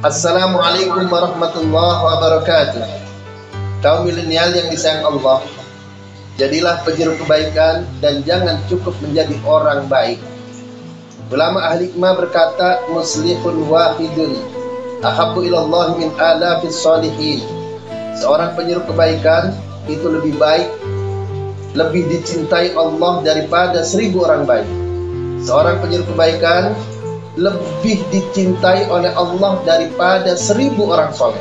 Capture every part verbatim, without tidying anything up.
Assalamualaikum warahmatullahi wabarakatuh. Kaum milenial yang disayang Allah, jadilah penyeru kebaikan dan jangan cukup menjadi orang baik. Ulama ahli hikmah berkata, muslihun wahidun ahabbu ilallah min alafis salihin. Seorang penyeru kebaikan itu lebih baik, lebih dicintai Allah daripada seribu orang baik. Seorang penyeru kebaikan lebih dicintai oleh Allah daripada seribu orang soleh.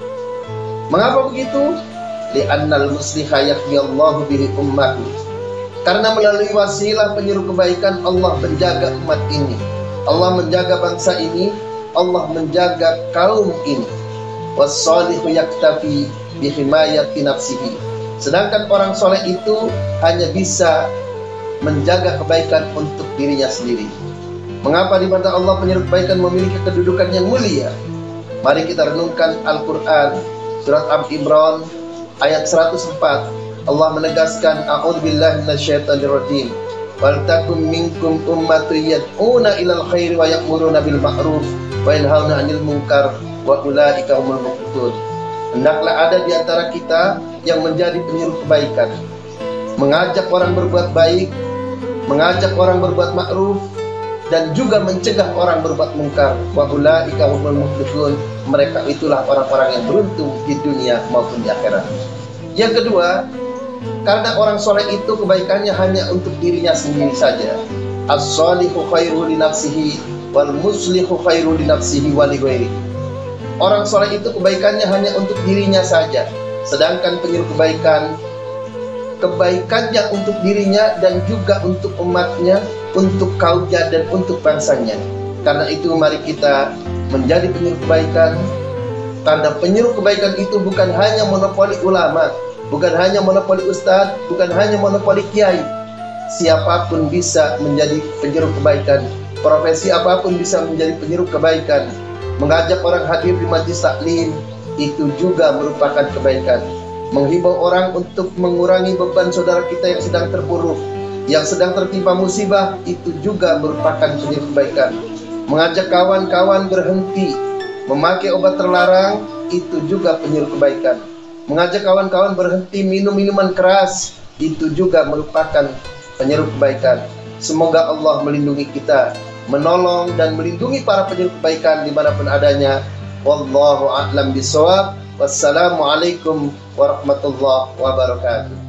Mengapa begitu? Li'annal musliha yakfiyallahu bihi ummahu. Karena melalui wasilah penyeru kebaikan Allah menjaga umat ini, Allah menjaga bangsa ini, Allah menjaga kaum ini. Was-shalihu yaktafi bihimayati nafsihi. Sedangkan orang soleh itu hanya bisa menjaga kebaikan untuk dirinya sendiri. Mengapa di mata Allah penyeru kebaikan memiliki kedudukan yang mulia? Mari kita renungkan Al-Quran surat Al-Imran ayat seratus empat. Allah menegaskan, a'udzubillahi minasyaitonirrajim, wal takum minkum ummatun yad'una ilal khairi wa ya'muruna bil ma'ruf wa yanhauna 'anil munkar wa ulaika humul muflihun. Hendaklah ada di antara kita yang menjadi penyeru kebaikan, mengajak orang berbuat baik, mengajak orang berbuat ma'ruf, dan juga mencegah orang berbuat mungkar. Wa ulaika humul muflihun. Mereka itulah orang-orang yang beruntung di dunia maupun di akhirat. Yang kedua, karena orang soleh itu kebaikannya hanya untuk dirinya sendiri saja. As-shalihu khairu li nafsihi wal muslihu khairu li nafsihi wa li ghairihi. Orang soleh itu kebaikannya hanya untuk dirinya saja, sedangkan penyeru kebaikan kebaikannya untuk dirinya dan juga untuk umatnya, untuk kaumnya dan untuk bangsanya. Karena itu mari kita menjadi penyeru kebaikan. Tanda penyeru kebaikan itu bukan hanya monopoli ulama, bukan hanya monopoli ustadz, bukan hanya monopoli kiai. Siapapun bisa menjadi penyeru kebaikan, profesi apapun bisa menjadi penyeru kebaikan. Mengajak orang hadir di majlis taklim itu juga merupakan kebaikan. Menghimbau orang untuk mengurangi beban saudara kita yang sedang terpuruk, yang sedang tertimpa musibah, itu juga merupakan penyeru kebaikan. Mengajak kawan-kawan berhenti memakai obat terlarang, itu juga penyeru kebaikan. Mengajak kawan-kawan berhenti minum minuman keras, itu juga merupakan penyeru kebaikan. Semoga Allah melindungi kita, menolong dan melindungi para penyeru kebaikan dimanapun adanya. Wallahu a'lam bishawab. Wassalamualaikum warahmatullahi wabarakatuh.